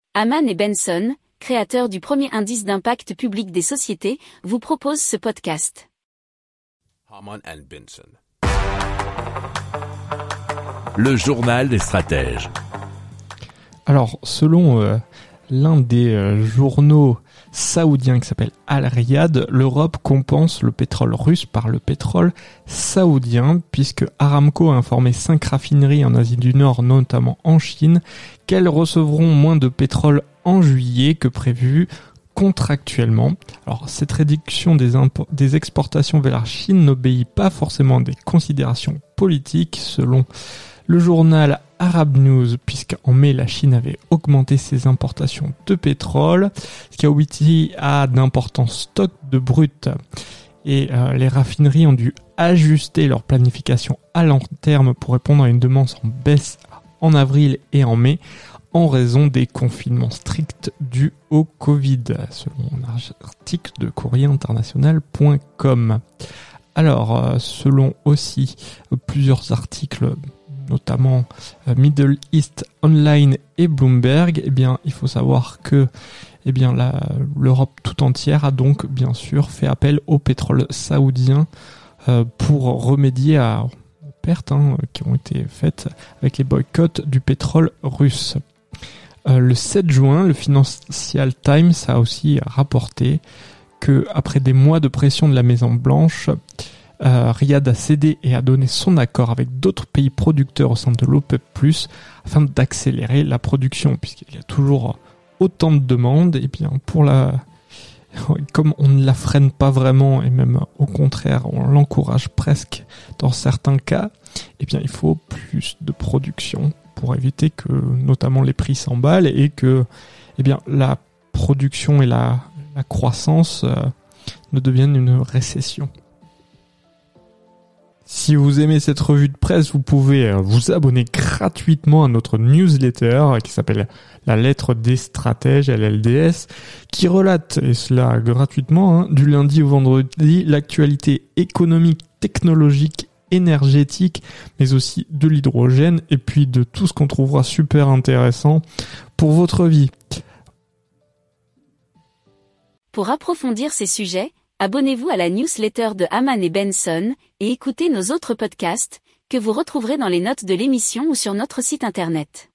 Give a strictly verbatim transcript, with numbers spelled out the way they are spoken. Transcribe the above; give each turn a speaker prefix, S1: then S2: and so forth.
S1: Hamann et Benson, créateurs du premier indice d'impact public des sociétés, vous proposent ce podcast.
S2: Hamann and Benson.
S3: Le journal des stratèges.
S4: Alors, selon euh, l'un des euh, journaux saoudiens qui s'appelle Al-Riyad, l'Europe compense le pétrole russe par le pétrole saoudien, puisque Aramco a informé cinq raffineries en Asie du Nord, notamment en Chine, qu'elles recevront moins de pétrole en juillet que prévu contractuellement. Alors, cette réduction des, impo- des exportations vers la Chine n'obéit pas forcément à des considérations politiques, selon le journal Arab News, puisqu'en mai, la Chine avait augmenté ses importations de pétrole, ce qui a abouti à d'importants stocks de brut. Et euh, les raffineries ont dû ajuster leur planification à long terme pour répondre à une demande en baisse en avril et en mai, en raison des confinements stricts dus au Covid, selon un article de courrier international point com. Alors, euh, selon aussi euh, plusieurs articles, notamment euh, Middle East Online et Bloomberg, eh bien, il faut savoir que eh bien, la, l'Europe tout entière a donc bien sûr fait appel au pétrole saoudien euh, pour remédier à, aux pertes hein, qui ont été faites avec les boycotts du pétrole russe. Euh, le sept juin, le Financial Times a aussi rapporté que après des mois de pression de la Maison Blanche, Euh, Riyad a cédé et a donné son accord avec d'autres pays producteurs au sein de l'OPEP plus, afin d'accélérer la production, puisqu'il y a toujours autant de demandes. Et bien pour la, comme on ne la freine pas vraiment, et même au contraire on l'encourage presque dans certains cas, et bien il faut plus de production pour éviter que notamment les prix s'emballent et que et bien la production et la, la croissance euh, ne deviennent une récession. Si vous aimez cette revue de presse, vous pouvez vous abonner gratuitement à notre newsletter qui s'appelle La Lettre des Stratèges, L L D S, qui relate, et cela gratuitement, hein, du lundi au vendredi, l'actualité économique, technologique, énergétique, mais aussi de l'hydrogène, et puis de tout ce qu'on trouvera super intéressant pour votre vie.
S1: Pour approfondir ces sujets, abonnez-vous à la newsletter de Hamann et Benson et écoutez nos autres podcasts que vous retrouverez dans les notes de l'émission ou sur notre site internet.